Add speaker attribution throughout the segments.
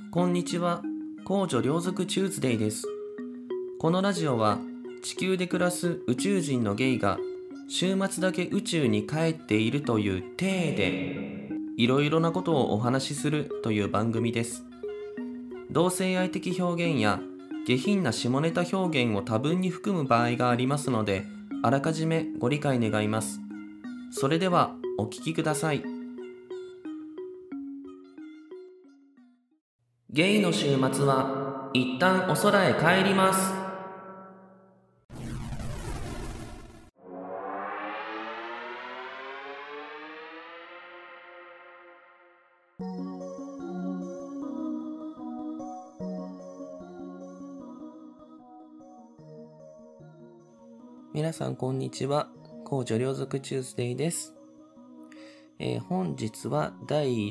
Speaker 1: こんにちは。公序良俗チューズデイです。このラジオは地球で暮らす宇宙人のゲイが週末だけ宇宙に帰っているという体でいろいろなことをお話しするという番組です。同性愛的表現や下品な下ネタ表現を多分に含む場合がありますので、あらかじめご理解願います。それではお聞きください。ゲイの週末は一旦お空へ帰ります。皆さんこんにちは。公序良俗チューズデイです。本日は第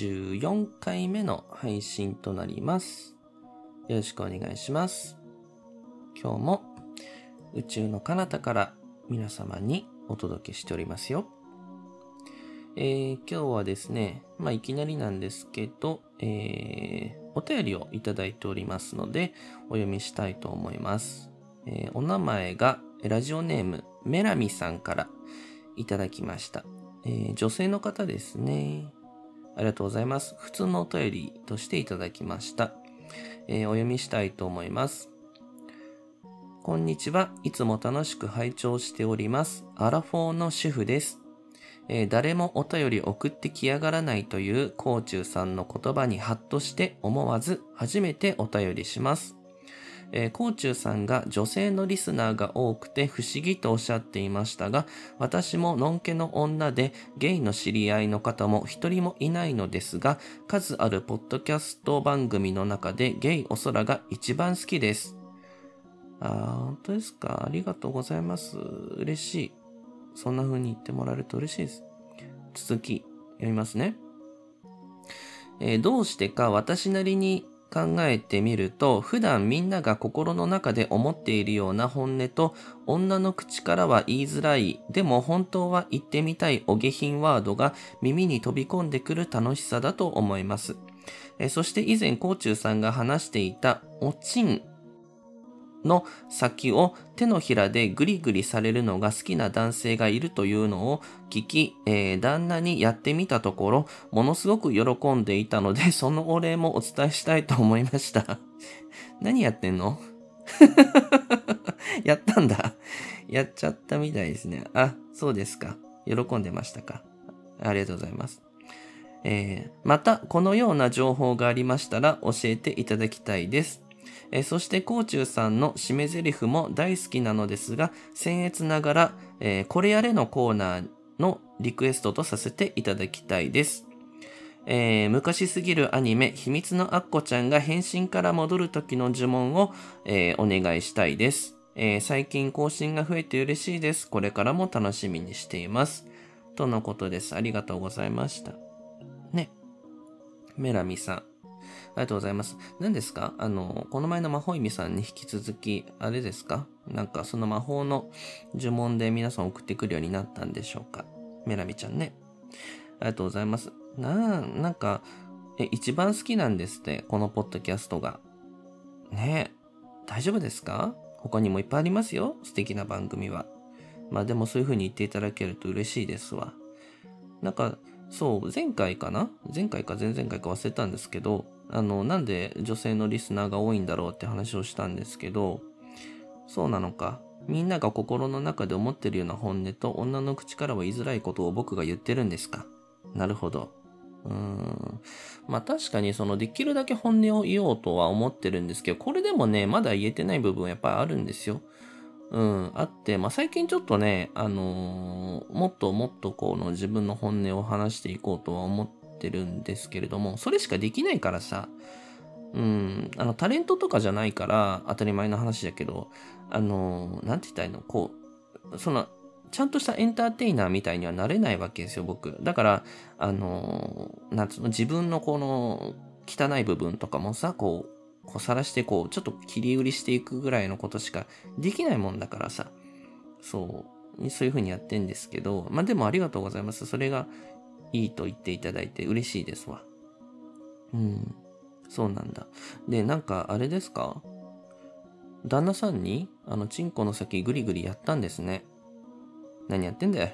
Speaker 1: 44回目の配信となります。よろしくお願いします。今日も宇宙の彼方から皆様にお届けしておりますよ。今日はですね、いきなりなんですけど、お便りをいただいておりますのでお読みしたいと思います。お名前がラジオネームメラミさんからいただきました。女性の方ですね。ありがとうございます。普通のお便りとしていただきました。お読みしたいと思います。こんにちは。いつも楽しく拝聴しております。アラフォーの主婦です。誰もお便り送ってきやがらないというコーチューさんの言葉にハッとして思わず初めてお便りします。コーチューさんが女性のリスナーが多くて不思議とおっしゃっていましたが、私ものんけの女でゲイの知り合いの方も一人もいないのですが、数あるポッドキャスト番組の中でゲイお空が一番好きです。本当ですか？ありがとうございます。嬉しい。そんな風に言ってもらえると嬉しいです。続き読みますね。どうしてか私なりに考えてみると、普段みんなが心の中で思っているような本音と、女の口からは言いづらい、でも本当は言ってみたいお下品ワードが耳に飛び込んでくる楽しさだと思います。そして以前コーチューさんが話していたおちんの先を手のひらでグリグリされるのが好きな男性がいるというのを聞き、旦那にやってみたところ、ものすごく喜んでいたので、そのお礼もお伝えしたいと思いました。何やってんの？やったんだ。やっちゃったみたいですね。そうですか。喜んでましたか。ありがとうございます。また、このような情報がありましたら教えていただきたいです。そして、コーチューさんの締め台詞も大好きなのですが、僭越ながら、これやれのコーナーのリクエストとさせていただきたいです。昔すぎるアニメ、秘密のアッコちゃんが変身から戻る時の呪文を、お願いしたいです。最近更新が増えて嬉しいです。これからも楽しみにしています。とのことです。ありがとうございました。ね。メラミさん。ありがとうございます。何ですか？この前の魔法意味さんに引き続き、あれですか？なんかその魔法の呪文で皆さん送ってくるようになったんでしょうか？メラミちゃんね。ありがとうございます。なんか、一番好きなんですって、このポッドキャストが。ねえ、大丈夫ですか？他にもいっぱいありますよ。素敵な番組は。でもそういう風に言っていただけると嬉しいですわ。なんか、そう、前回か前々回か忘れたんですけど、なんで女性のリスナーが多いんだろうって話をしたんですけど、そうなのか。みんなが心の中で思ってるような本音と女の口からは言いづらいことを僕が言ってるんですか。なるほど。確かにできるだけ本音を言おうとは思ってるんですけど、これでもね、まだ言えてない部分はやっぱりあるんですよ。あって、最近ちょっとね、もっともっとこの自分の本音を話していこうとは思ってるんですけれども、それしかできないからさ、タレントとかじゃないから当たり前の話だけど、なんて言ったらいいの？ちゃんとしたエンターテイナーみたいにはなれないわけですよ、僕。だから、自分のこの汚い部分とかもさ、晒してちょっと切り売りしていくぐらいのことしかできないもんだからさ、そういう風にやってんですけど、でもありがとうございます。それがいいと言っていただいて嬉しいですわ。 そうなんだ。で、なんかあれですか？旦那さんに、チンコの先ぐりぐりやったんですね。何やってんだよ。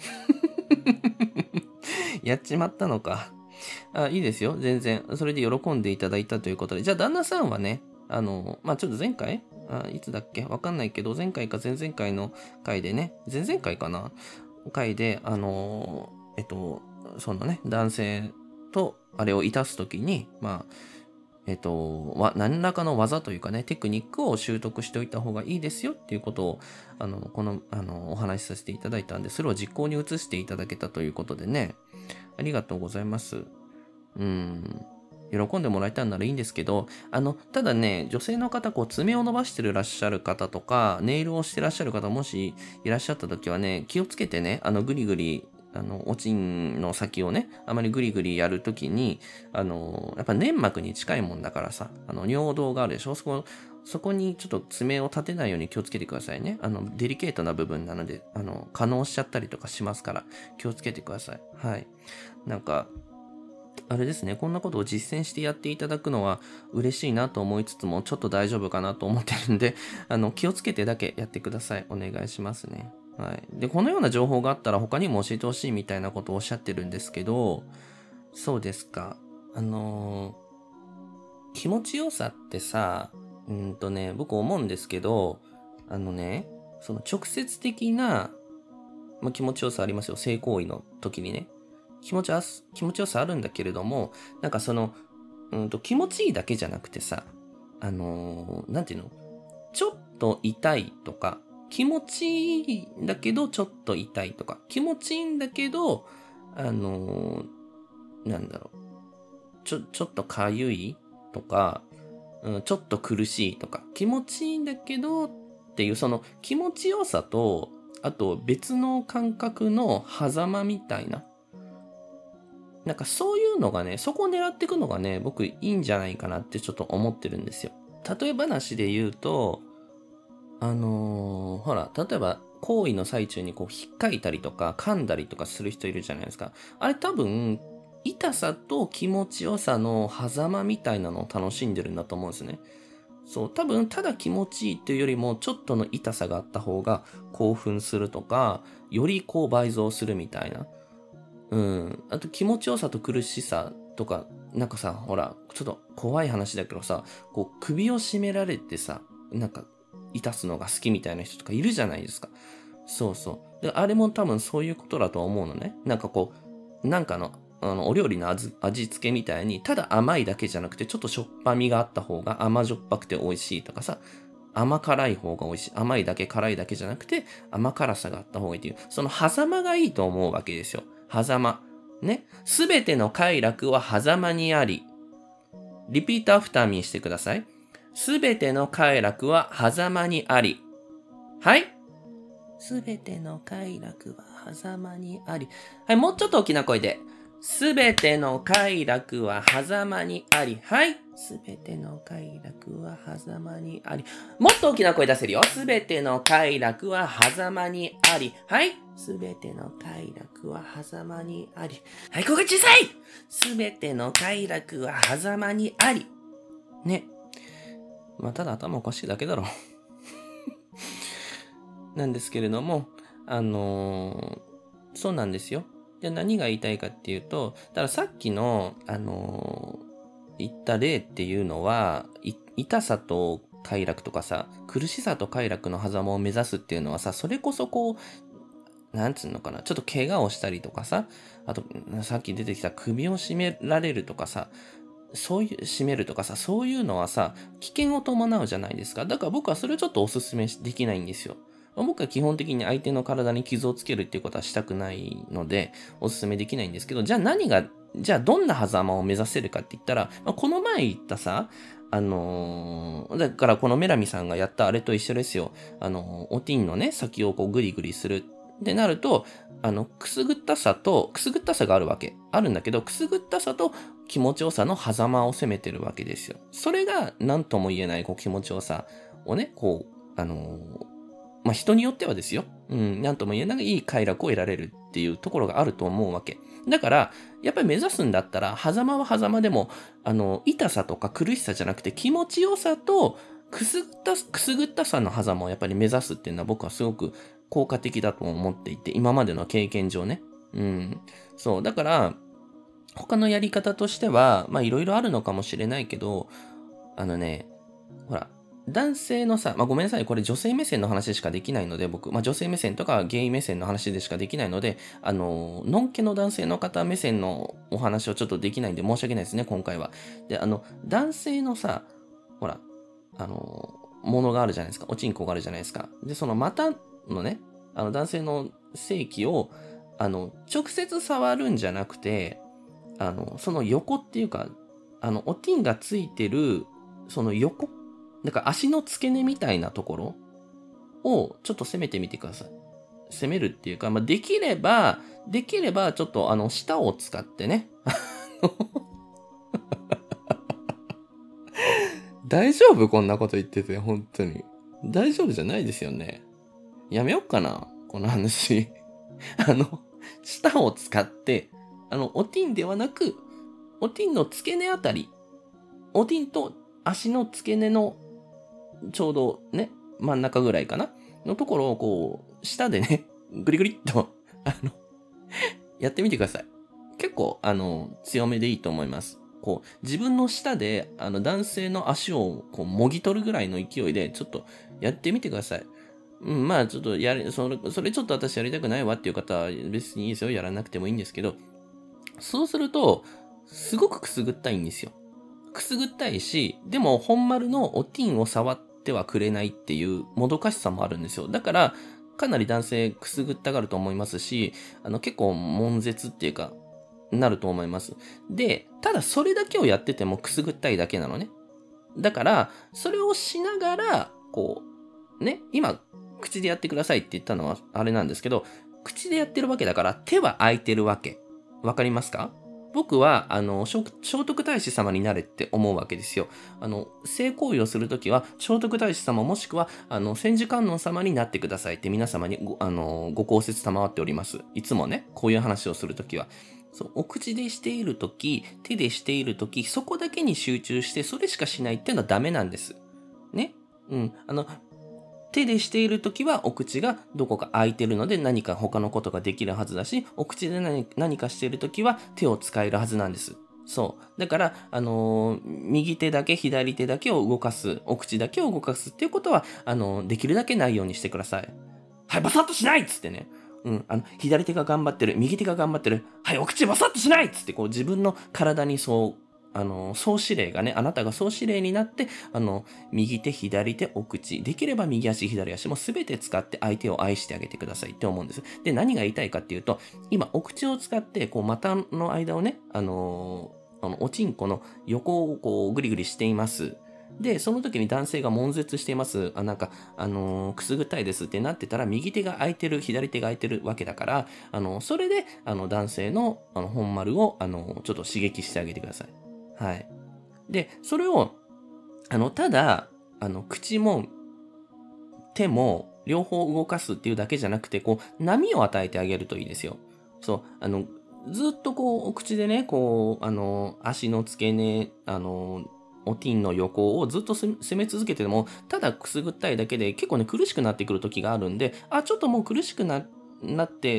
Speaker 1: やっちまったのか。いいですよ。全然。それで喜んでいただいたということで。じゃあ、旦那さんはね、ちょっと前回いつだっけわかんないけど、前回か前々回の回でね、前々回かな回で、そのね、男性とあれをいたすときに、何らかの技というかね、テクニックを習得しておいた方がいいですよっていうことを、お話しさせていただいたんで、それを実行に移していただけたということでね、ありがとうございます。喜んでもらえたんならいいんですけど、ただね、女性の方、爪を伸ばしてらっしゃる方とか、ネイルをしてらっしゃる方、もしいらっしゃった時はね、気をつけてね、ぐりぐり、おちんの先をね、あまりぐりぐりやるときに、やっぱ粘膜に近いもんだからさ、尿道があるでしょ、そこにちょっと爪を立てないように気をつけてくださいね。デリケートな部分なので、可能しちゃったりとかしますから、気をつけてください。はい。なんか、あれですね、こんなことを実践してやっていただくのは嬉しいなと思いつつも、ちょっと大丈夫かなと思ってるんで、気をつけてだけやってください。お願いしますね。はい。で、このような情報があったら他にも教えてほしいみたいなことをおっしゃってるんですけど、そうですか。気持ちよさってさ、僕思うんですけど、その直接的な、気持ちよさありますよ。性行為の時にね。気持ちよさあるんだけれども、なんかその、気持ちいいだけじゃなくてさ、なんていうの？ちょっと痛いとか、気持ちいいんだけどちょっと痛いとか、気持ちいいんだけど、なんだろう、ちょっとかゆいとか、ちょっと苦しいとか、気持ちいいんだけどっていう、その気持ちよさと、あと別の感覚の狭間みたいな、なんかそういうのがね、そこを狙っていくのがね、僕いいんじゃないかなってちょっと思ってるんですよ。例え話で言うと、ほら、例えば行為の最中に引っかいたりとか噛んだりとかする人いるじゃないですか。あれ多分、痛さと気持ちよさの狭間みたいなのを楽しんでるんだと思うんですね。そう、多分ただ気持ちいいっていうよりもちょっとの痛さがあった方が興奮するとか、より倍増するみたいな。あと気持ちよさと苦しさとか、なんかさ、ほら、ちょっと怖い話だけどさ、首を絞められてさ、なんか、痛すのが好きみたいな人とかいるじゃないですか。そうそう。で、あれも多分そういうことだと思うのね。なんかなんかの、お料理の味付けみたいに、ただ甘いだけじゃなくて、ちょっとしょっぱみがあった方が甘じょっぱくて美味しいとかさ、甘辛い方が美味しい。甘いだけ辛いだけじゃなくて、甘辛さがあった方がいいっていう、その狭間がいいと思うわけですよ。狭間。ね。すべての快楽は狭間にあり。リピートアフターミーしてください。すべての快楽は狭間にあり。はい。すべての快楽は狭間にあり。はい、もうちょっと大きな声で。すべての快楽は狭間にあり。はい。すべての快楽は狭間にあり。もっと大きな声出せるよ。すべての快楽は狭間にあり。はい。すべての快楽は狭間にあり。はい、ここが小さい。すべての快楽は狭間にあり。ね。ただ頭おかしいだけだろ。なんですけれども、そうなんですよ。じゃあ何が言いたいかっていうと、だからさっきの、言った例っていうのは、痛さと快楽とかさ、苦しさと快楽の狭間を目指すっていうのはさ、それこそなんつうのかな、ちょっと怪我をしたりとかさ、あと、さっき出てきた首を絞められるとかさ、締めるとかさ、そういうのはさ、危険を伴うじゃないですか。だから僕はそれをちょっとおすすめできないんですよ。僕は基本的に相手の体に傷をつけるっていうことはしたくないので、おすすめできないんですけど、じゃあどんな狭間を目指せるかって言ったら、この前言ったさ、だからこのメラミさんがやったあれと一緒ですよ。おティンのね、先をグリグリするってなると、くすぐったさがあるわけ。あるんだけど、くすぐったさと気持ちよさの狭間を攻めてるわけですよ。それが何とも言えない気持ちよさをね、人によってはですよ。何とも言えないいい快楽を得られるっていうところがあると思うわけ。 だから、やっぱり目指すんだったら、狭間は狭間でも、痛さとか苦しさじゃなくて、気持ちよさと、くすぐったさの狭間をやっぱり目指すっていうのは僕はすごく効果的だと思っていて、今までの経験上ね。そう。だから、他のやり方としては、いろいろあるのかもしれないけど、ほら、男性のさ、ごめんなさい、これ女性目線の話しかできないので、僕、女性目線とかゲイ目線の話でしかできないので、のんけの男性の方目線のお話をちょっとできないんで申し訳ないですね、今回は。で、男性のさ、ほら、ものがあるじゃないですか、おちんこがあるじゃないですか。で、その股のね、男性の性器を、直接触るんじゃなくて、その横っていうか、おてんがついてる、その横なんか足の付け根みたいなところをちょっと攻めてみてください。攻めるっていうか、できれば、ちょっと舌を使ってね。大丈夫こんなこと言ってて、本当に。大丈夫じゃないですよね。やめよっかなこの話。舌を使って、おてんではなく、おてんの付け根あたり、おてんと足の付け根のちょうどね、真ん中ぐらいかなのところをこう、舌でね、グリグリっと、やってみてください。結構、強めでいいと思います。こう、自分の舌で、男性の足をこう、もぎ取るぐらいの勢いで、ちょっとやってみてください。ちょっとそれちょっと私やりたくないわっていう方は別にいいですよ。やらなくてもいいんですけど、そうすると、すごくくすぐったいんですよ。くすぐったいし、でも本丸のおてんを触ってはくれないっていうもどかしさもあるんですよ。だから、かなり男性くすぐったがると思いますし、結構悶絶っていうか、なると思います。で、ただそれだけをやっててもくすぐったいだけなのね。だから、それをしながら、こう、ね、今、口でやってくださいって言ったのはあれなんですけど、口でやってるわけだから手は空いてるわけ。わかりますか？僕は、聖徳太子様になれって思うわけですよ。性行為をするときは、聖徳太子様もしくは、千手観音様になってくださいって皆様にご講説賜っております。いつもね、こういう話をするときは。そう、お口でしているとき、手でしているとき、そこだけに集中して、それしかしないっていうのはダメなんです。ね。手でしているときはお口がどこか開いてるので何か他のことができるはずだし、お口で何かしているときは手を使えるはずなんです。そう。だから、右手だけ左手だけを動かす、お口だけを動かすっていうことは、できるだけないようにしてください。はい、バサッとしないっつってね。左手が頑張ってる、右手が頑張ってる。はい、お口バサッとしないっつって、こう自分の体に総司令がね、あなたが総司令になって、右手、左手、お口、できれば右足、左足もすべて使って相手を愛してあげてくださいって思うんです。で、何が言いたいかっていうと、今、お口を使って、こう、股の間をね、おちんこの横をこう、ぐりぐりしています。で、その時に男性が悶絶しています。くすぐったいですってなってたら、右手が空いてる、左手が空いてるわけだから、それで、男性の、本丸を、ちょっと刺激してあげてください。はい。で、それを、ただ、口も手も両方動かすっていうだけじゃなくて、こう、波を与えてあげるといいですよ。そう、ずっとこう、お口でね、こう、足の付け根、おてんの横をずっと攻め続けても、ただくすぐったいだけで結構ね、苦しくなってくる時があるんで、ちょっともう苦しくなって、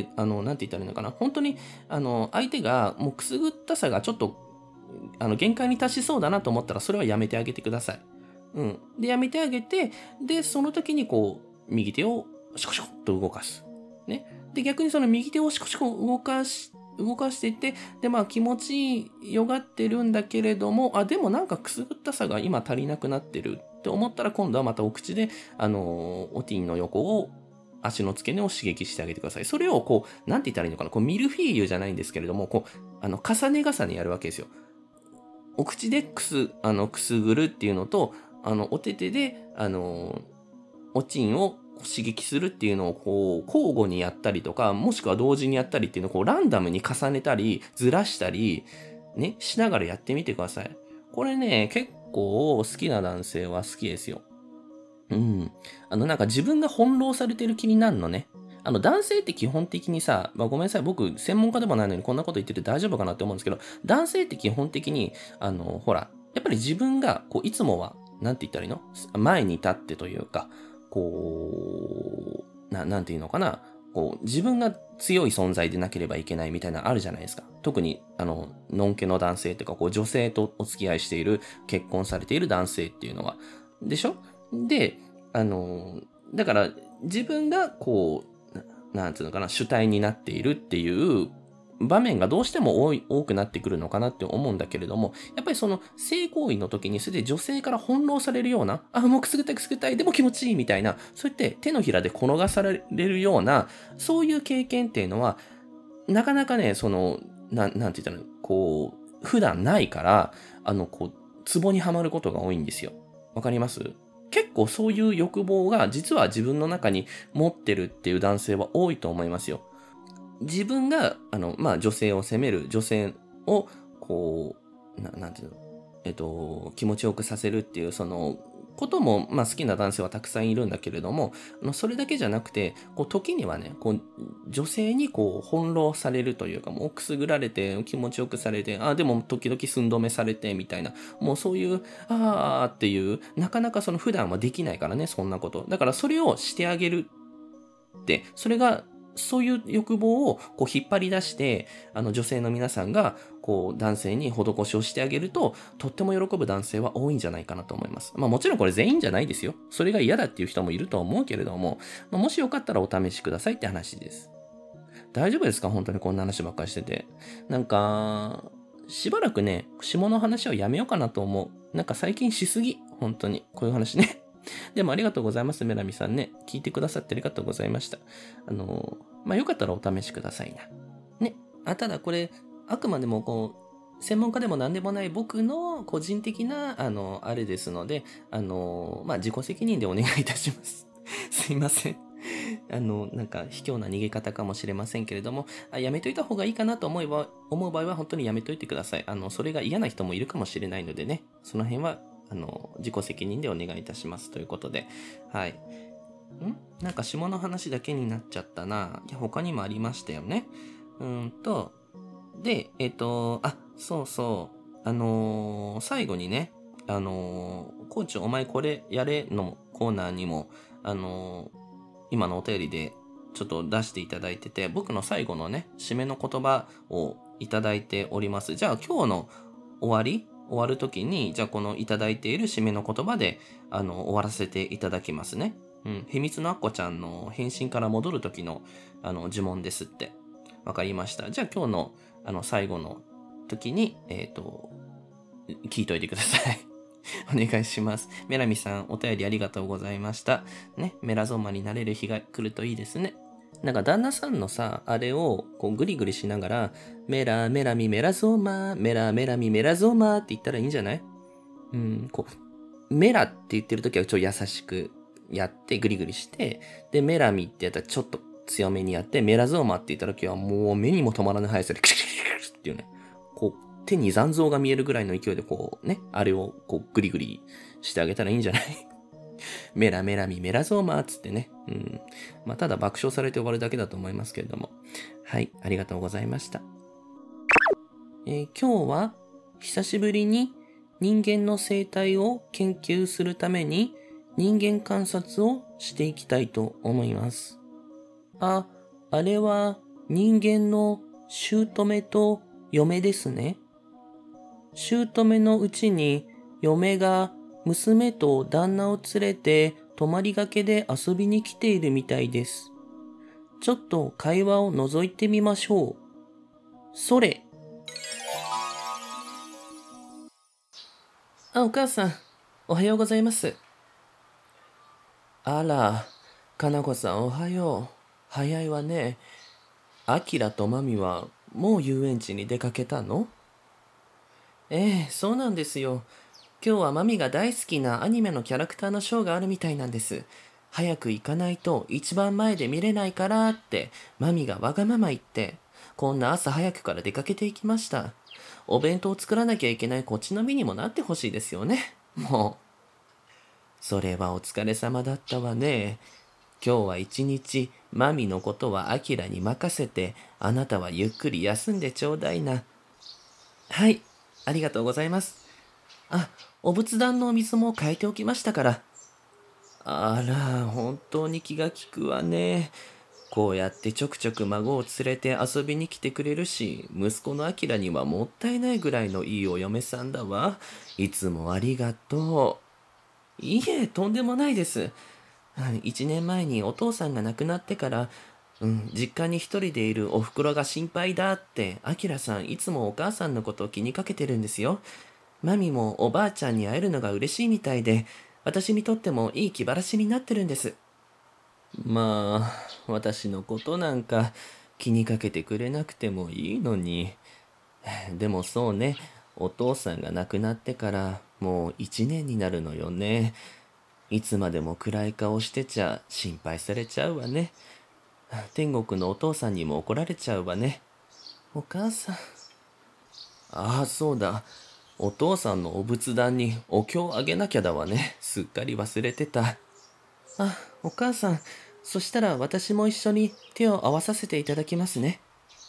Speaker 1: なんて言ったらいいのかな。本当に、相手がもうくすぐったさがちょっと限界に達しそうだなと思ったら、それはやめてあげてください。で、やめてあげて、で、その時にこう、右手をシコシコっと動かす。ね。で、逆にその右手をシコシコ動かしていって、で、気持ちよがってるんだけれども、でもなんかくすぐったさが今足りなくなってるって思ったら、今度はまたお口で、おてんの横を、足の付け根を刺激してあげてください。それをこう、なんて言ったらいいのかな、こう、ミルフィーユじゃないんですけれども、こう、重ね重ねやるわけですよ。お口でくすぐるっていうのと、お手手で、おちんを刺激するっていうのをこう、交互にやったりとか、もしくは同時にやったりっていうのをこう、ランダムに重ねたり、ずらしたり、ね、しながらやってみてください。これね、結構好きな男性は好きですよ。なんか自分が翻弄されてる気になるのね。 男性って基本的にさ、ごめんなさい、僕、専門家でもないのにこんなこと言ってて大丈夫かなって思うんですけど、男性って基本的に、ほら、やっぱり自分が、いつもは、なんて言ったらいいの？前に立ってというか、なんていうのかな、自分が強い存在でなければいけないみたいなのあるじゃないですか。特に、のんけの男性っていうか、女性とお付き合いしている、結婚されている男性っていうのは。でしょ？で、だから、自分がなんていうのかな、主体になっているっていう場面がどうしても多くなってくるのかなって思うんだけれども、やっぱりその性行為の時にそれで女性から翻弄されるような、もうくすぐったい、でも気持ちいいみたいな、そうやって手のひらで転がされるような、そういう経験っていうのは、なかなかね、なんて言ったら、普段ないから、ツボにはまることが多いんですよ。わかります？結構そういう欲望が実は自分の中に持ってるっていう男性は多いと思いますよ。自分が、女性を責める、女性を、なんていうの、気持ちよくさせるっていう、ことも、好きな男性はたくさんいるんだけれども、それだけじゃなくて、時にはね、女性に翻弄されるというか、もうくすぐられて、気持ちよくされて、でも時々寸止めされて、みたいな、もうそういう、っていう、なかなか普段はできないからね、そんなこと。だからそれをしてあげるって、そういう欲望を引っ張り出して、女性の皆さんが、男性に施しをしてあげると、とっても喜ぶ男性は多いんじゃないかなと思います。もちろんこれ全員じゃないですよ。それが嫌だっていう人もいると思うけれども、もしよかったらお試しくださいって話です。大丈夫ですか？本当にこんな話ばっかりしてて。なんか、しばらくね、下の話をやめようかなと思う。なんか最近しすぎ。本当に。こういう話ね。でもありがとうございます、メラミさんね。聞いてくださってありがとうございました。よかったらお試しくださいな。ね。ただこれ、あくまでも専門家でも何でもない僕の個人的な、あれですので、自己責任でお願いいたします。すいません。なんか卑怯な逃げ方かもしれませんけれども、やめといた方がいいかなと思う場合は本当にやめといてください。それが嫌な人もいるかもしれないのでね、その辺は自己責任でお願いいたしますということで。はい。なんか下の話だけになっちゃったな。いや、他にもありましたよね。で、そうそう。最後にね、コーチお前これやれのコーナーにも、今のお便りでちょっと出していただいてて、僕の最後のね、締めの言葉をいただいております。じゃあ今日の終わるときに、じゃあこのいただいている締めの言葉で、終わらせていただきますね。秘密のアッコちゃんの返信から戻るときの、呪文ですって。わかりました。じゃあ今日の、最後の時に、聞いといてください。お願いします。メラミさん、お便りありがとうございました。ね、メラゾーマになれる日が来るといいですね。なんか旦那さんのさ、あれをグリグリしながら、メラメラミメラゾーマー、メラメラミメラゾーマーって言ったらいいんじゃない？メラって言ってるときはちょっと優しくやってグリグリして、で、メラミってやったらちょっと強めにやって、メラゾーマって言ったときはもう目にも止まらない速さでクシュクシュクシュっていうね、手に残像が見えるぐらいの勢いであれをグリグリしてあげたらいいんじゃないメラメラミメラゾーマーつってね。ただ爆笑されて終わるだけだと思いますけれども。はい、ありがとうございました。今日は久しぶりに人間の生態を研究するために人間観察をしていきたいと思います。あれは人間の姑と嫁ですね。姑のうちに嫁が娘と旦那を連れて泊まりがけで遊びに来ているみたいです。ちょっと会話を覗いてみましょう。それ。お母さん、おはようございます。あら、かなこさんおはよう。早いわね。あきらとまみはもう遊園地に出かけたの？そうなんですよ。今日はマミが大好きなアニメのキャラクターのショーがあるみたいなんです。早く行かないと一番前で見れないからってマミがわがまま言って、こんな朝早くから出かけていきました。お弁当を作らなきゃいけないこっちの身にもなってほしいですよね。もう。それはお疲れ様だったわね。 今日は一日、マミのことはアキラに任せて、あなたはゆっくり休んでちょうだいな。はい、ありがとうございます。あ、お仏壇のお水も変えておきましたから。あら、本当に気が利くわね。こうやってちょくちょく孫を連れて遊びに来てくれるし、息子のアキラにはもったいないぐらいのいいお嫁さんだわ。いつもありがとう。いえ、とんでもないです。1年前にお父さんが亡くなってから、実家に一人でいるお袋が心配だって、アキラさんいつもお母さんのことを気にかけてるんですよ。マミもおばあちゃんに会えるのが嬉しいみたいで、私にとってもいい気晴らしになってるんです。まあ、私のことなんか気にかけてくれなくてもいいのに。でもそうね、お父さんが亡くなってからもう1年になるのよね。いつまでも暗い顔してちゃ心配されちゃうわね。天国のお父さんにも怒られちゃうわね。お母さん。ああ、そうだ。お父さんのお仏壇にお経をあげなきゃだわね。すっかり忘れてた。あ、お母さん。そしたら私も一緒に手を合わさせていただきますね。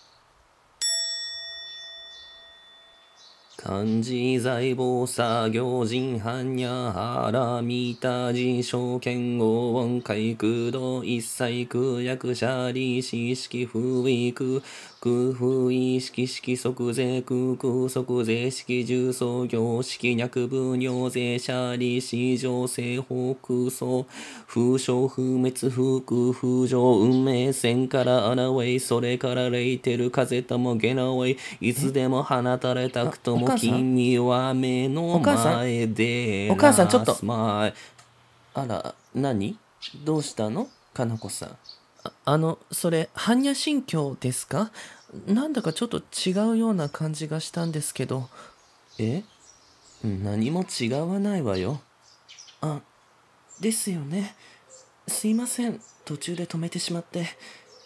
Speaker 1: 漢字財宝作業人般若波羅蜜多事証券語音階空洞一切空役者利子式不意空空不意式式即税空空即税式重創業式脈部尿税者利子上正法空想風商不滅不空不上運命線から現れそれからレイテル風ともゲナウェイいつでも放たれたくとも君は目の前で
Speaker 2: お母さんちょっと。
Speaker 1: あら、何？どうしたの？かなこさん。
Speaker 2: それ、般若心経ですか？なんだかちょっと違うような感じがしたんですけど。
Speaker 1: え？何も違わないわよ。
Speaker 2: あ、ですよね。すいません。途中で止めてしまって。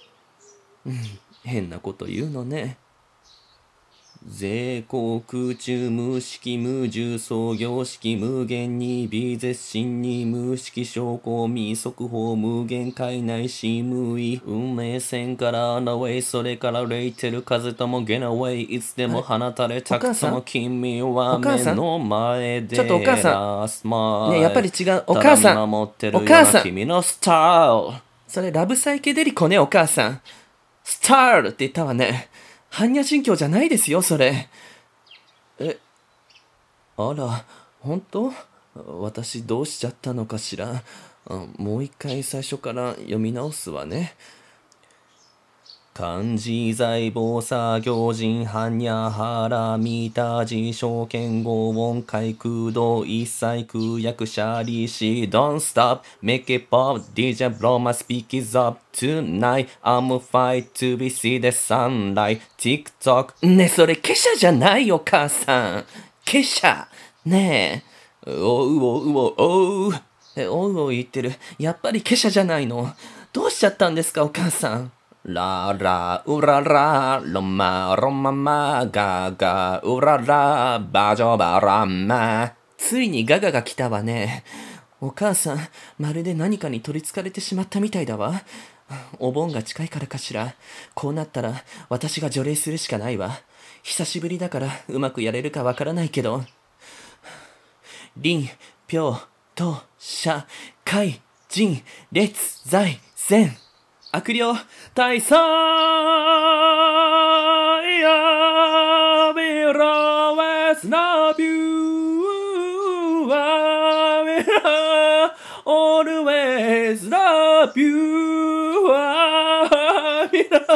Speaker 1: 変なこと言うのね。税航空中無式無重創業式無限に微絶心に無式証拠未速報無限界内し無意運命線から現れそれからレイテル風ともゲナウェイいつでも放たれたくとも君は目の前で
Speaker 2: ちょっとお母さん
Speaker 1: ラスマイ
Speaker 2: ねえやっぱり違う。お母さん。
Speaker 1: ただ見守ってるような君のスタイル。
Speaker 2: それラブサイケデリコね、お母さん。スタイルって言ったわね。般若心経じゃないですよ、それ。
Speaker 1: あら、本当？私どうしちゃったのかしら。もう一回最初から読み直すわね。漢字財宝作業人般若波羅蜜多事証券語音階空洞一切空役者利子 Don't stop, make it pop, DJ blow my speakers up tonight I'm fight to be see the sunlight TikTok
Speaker 2: ねえ、それ、ケシャじゃないよ、母さん。ケシャ。ね
Speaker 1: おうおうおうおう
Speaker 2: え。おうおう言ってる。やっぱりケシャじゃないの。どうしちゃったんですか、お母さん。
Speaker 1: ララウララロマロママガガウララバジョバラマ。
Speaker 2: ついにガガが来たわね。お母さん、まるで何かに取りつかれてしまったみたいだわ。お盆が近いからかしら。こうなったら私が除霊するしかないわ。久しぶりだからうまくやれるかわからないけど。林、平、と、社、会、人、列、在、善。悪霊、大祭やめろ、ウェスナビュー、アメラ、オルウェスナビュー、アメラ。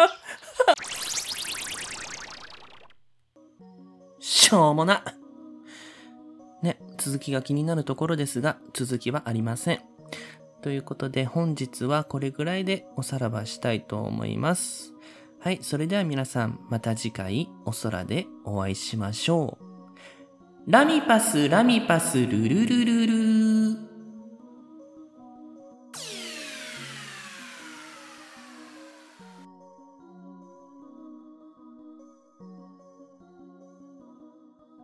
Speaker 2: しょうもな。ね、続きが気になるところですが、続きはありません。ということで本日はこれぐらいでおさらばしたいと思います。はい、それでは皆さんまた次回お空でお会いしましょう。ラミパスルルルルルー。